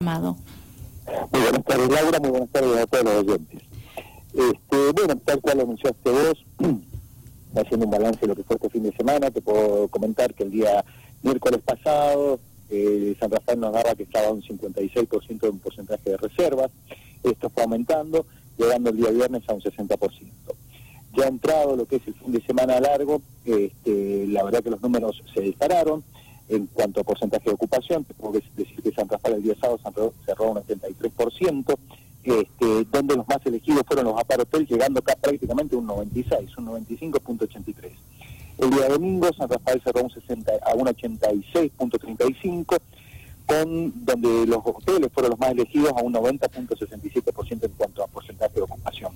Muy buenas tardes, Laura, muy buenas tardes a todos los oyentes. Bueno, tal cual lo anunciaste vos, haciendo un balance de lo que fue este fin de semana, te puedo comentar que el día miércoles pasado, San Rafael nos daba que estaba un 56% de un porcentaje de reservas. Esto fue aumentando, llegando el día viernes a un 60%. Ya entrado lo que es el fin de semana largo, la verdad que los números se dispararon. En cuanto a porcentaje de ocupación, te puedo decir que San Rafael el día sábado cerró un 83%, donde los más elegidos fueron los Apar Hotel, llegando acá prácticamente a un 96, un 95.83. El día domingo San Rafael cerró a un 86.35, donde los hoteles fueron los más elegidos a un 90.67% en cuanto a porcentaje de ocupación.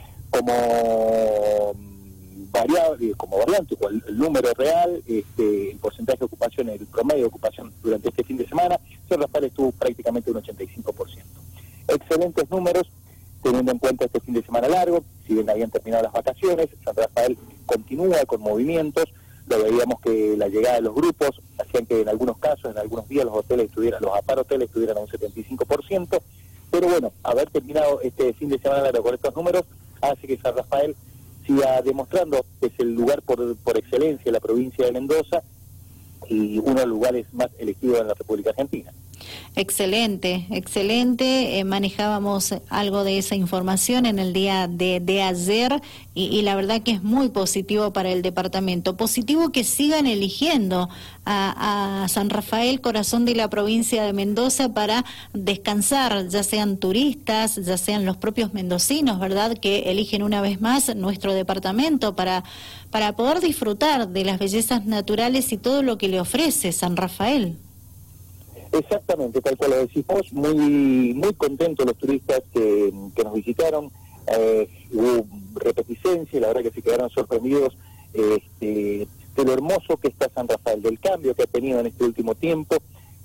Como variante, el número real, el porcentaje de ocupación, el promedio de ocupación durante este fin de semana, San Rafael estuvo prácticamente un 85%. Excelentes números, teniendo en cuenta este fin de semana largo. Si bien habían terminado las vacaciones, San Rafael continúa con movimientos. Lo veíamos que la llegada de los grupos hacían que en algunos casos, en algunos días, los Apar Hoteles estuvieran a un 75%. Pero bueno, haber terminado este fin de semana largo con estos números hace que San Rafael siga demostrando que es el lugar por excelencia de la provincia de Mendoza y uno de los lugares más elegidos en la República Argentina. Excelente, excelente. Manejábamos algo de esa información en el día de ayer y la verdad que es muy positivo para el departamento. Positivo que sigan eligiendo a San Rafael, corazón de la provincia de Mendoza, para descansar, ya sean turistas, ya sean los propios mendocinos, ¿verdad?, que eligen una vez más nuestro departamento para poder disfrutar de las bellezas naturales y todo lo que le ofrece San Rafael. Exactamente, tal cual lo decís vos, muy contentos los turistas que nos visitaron, hubo reticencia, la verdad que se quedaron sorprendidos de lo hermoso que está San Rafael, del cambio que ha tenido en este último tiempo,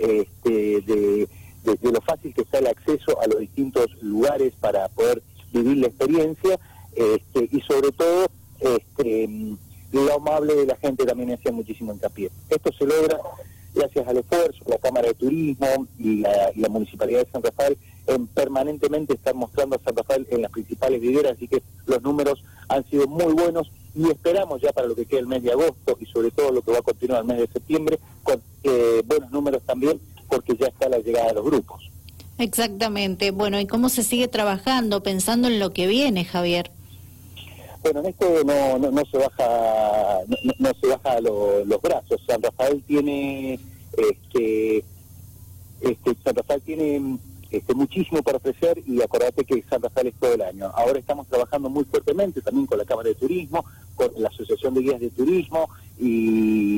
de lo fácil que está el acceso a los distintos lugares para poder vivir la experiencia, y sobre todo lo amable de la gente también hacía muchísimo hincapié. Esto se logra gracias al esfuerzo, la Cámara de Turismo y la Municipalidad de San Rafael permanentemente están mostrando a San Rafael en las principales videras, así que los números han sido muy buenos y esperamos ya para lo que queda el mes de agosto y sobre todo lo que va a continuar el mes de septiembre con buenos números también, porque ya está la llegada de los grupos. Exactamente. Bueno, ¿y cómo se sigue trabajando pensando en lo que viene, Javier? Bueno, en esto no se baja los brazos. San Rafael tiene muchísimo para ofrecer y acordate que San Rafael es todo el año. Ahora estamos trabajando muy fuertemente también con la Cámara de Turismo, con la Asociación de Guías de Turismo y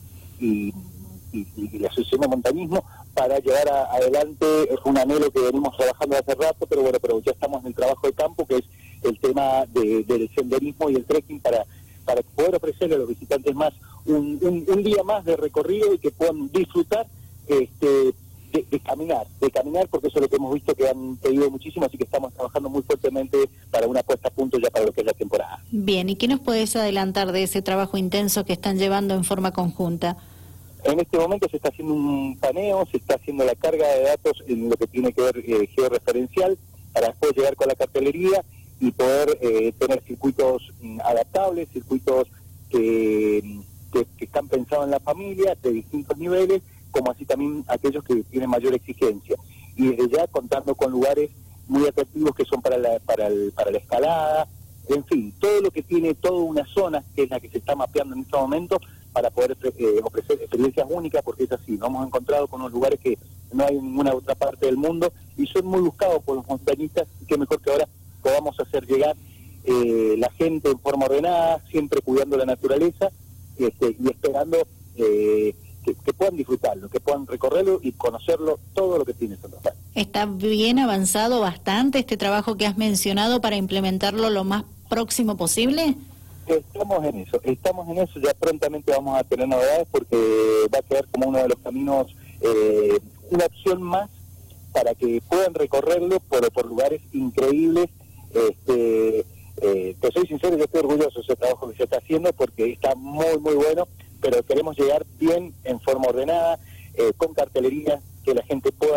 la Asociación de Montañismo para llevar adelante un anhelo que venimos trabajando hace rato, pero ya estamos en el trabajo de campo, que es el tema del senderismo y el trekking para poder ofrecerle a los visitantes más un día más de recorrido y que puedan disfrutar de caminar, porque eso es lo que hemos visto que han pedido muchísimo, así que estamos trabajando muy fuertemente para una puesta a punto ya para lo que es la temporada. Bien, ¿y qué nos puedes adelantar de ese trabajo intenso que están llevando en forma conjunta? En este momento se está haciendo un paneo, se está haciendo la carga de datos en lo que tiene que ver georreferencial para después llegar con la cartelería y poder tener circuitos adaptables, circuitos que están pensados en la familia de distintos niveles, como así también aquellos que tienen mayor exigencia. Y desde ya contando con lugares muy atractivos que son para la escalada, en fin, todo lo que tiene toda una zona que es la que se está mapeando en este momento para poder ofrecer experiencias únicas, porque es así, nos hemos encontrado con unos lugares que no hay en ninguna otra parte del mundo y son muy buscados por los montañistas, y qué mejor que ahora podamos hacer llegar la gente en forma ordenada, siempre cuidando la naturaleza y esperando que puedan disfrutarlo, que puedan recorrerlo y conocerlo, todo lo que tiene San Rafael. ¿Está bien avanzado bastante este trabajo que has mencionado para implementarlo lo más próximo posible? Estamos en eso, ya prontamente vamos a tener novedades porque va a quedar como uno de los caminos, una opción más para que puedan recorrerlo por lugares increíbles. Te soy sincero, yo estoy orgulloso de ese trabajo que se está haciendo porque está muy muy bueno, pero queremos llegar bien, en forma ordenada, con cartelería, que la gente pueda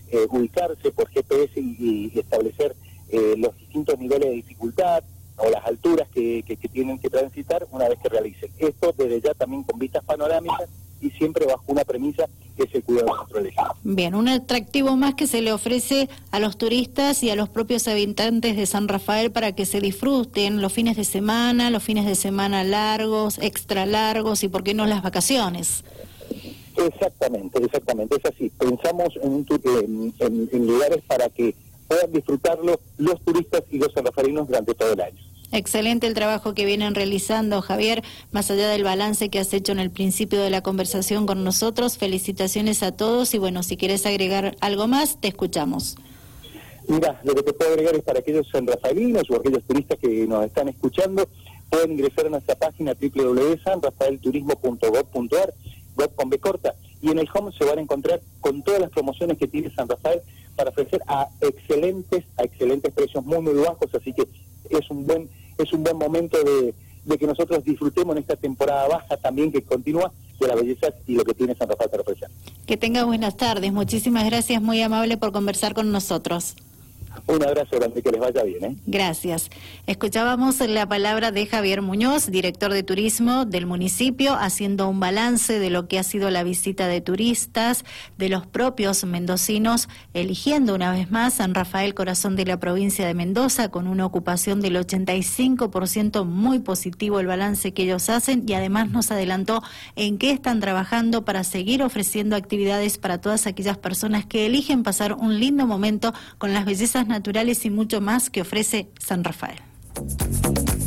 ubicarse por GPS y establecer los distintos niveles de dificultad o las alturas que tienen que transitar una vez que realicen. Esto desde ya también con vistas panorámicas y siempre bajo una premisa que es el cuidado de la naturaleza. Bien, un atractivo más que se le ofrece a los turistas y a los propios habitantes de San Rafael para que se disfruten los fines de semana largos, extra largos y por qué no las vacaciones. Exactamente, es así. Pensamos en lugares para que puedan disfrutarlo los turistas y los sanrafaelinos durante todo el año. Excelente el trabajo que vienen realizando, Javier, más allá del balance que has hecho en el principio de la conversación con nosotros. Felicitaciones a todos y bueno, si quieres agregar algo más, te escuchamos. Mira, lo que te puedo agregar es para aquellos sanrafaelinos o aquellos turistas que nos están escuchando, pueden ingresar a nuestra página www.sanrafaelturismo.gov.ar, web con B corta, y en el home se van a encontrar con todas las promociones que tiene San Rafael para ofrecer a excelentes precios muy bajos, así que es un buen momento de que nosotros disfrutemos en esta temporada baja también que continúa de la belleza y lo que tiene San Rafael para ofrecer. Que tenga buenas tardes, muchísimas gracias, muy amable por conversar con nosotros. Un abrazo grande, que les vaya bien. Gracias. Escuchábamos la palabra de Javier Muñoz, director de turismo del municipio, haciendo un balance de lo que ha sido la visita de turistas, de los propios mendocinos, eligiendo una vez más San Rafael, corazón de la provincia de Mendoza, con una ocupación del 85%, muy positivo el balance que ellos hacen, y además nos adelantó en qué están trabajando para seguir ofreciendo actividades para todas aquellas personas que eligen pasar un lindo momento con las bellezas naturales y mucho más que ofrece San Rafael.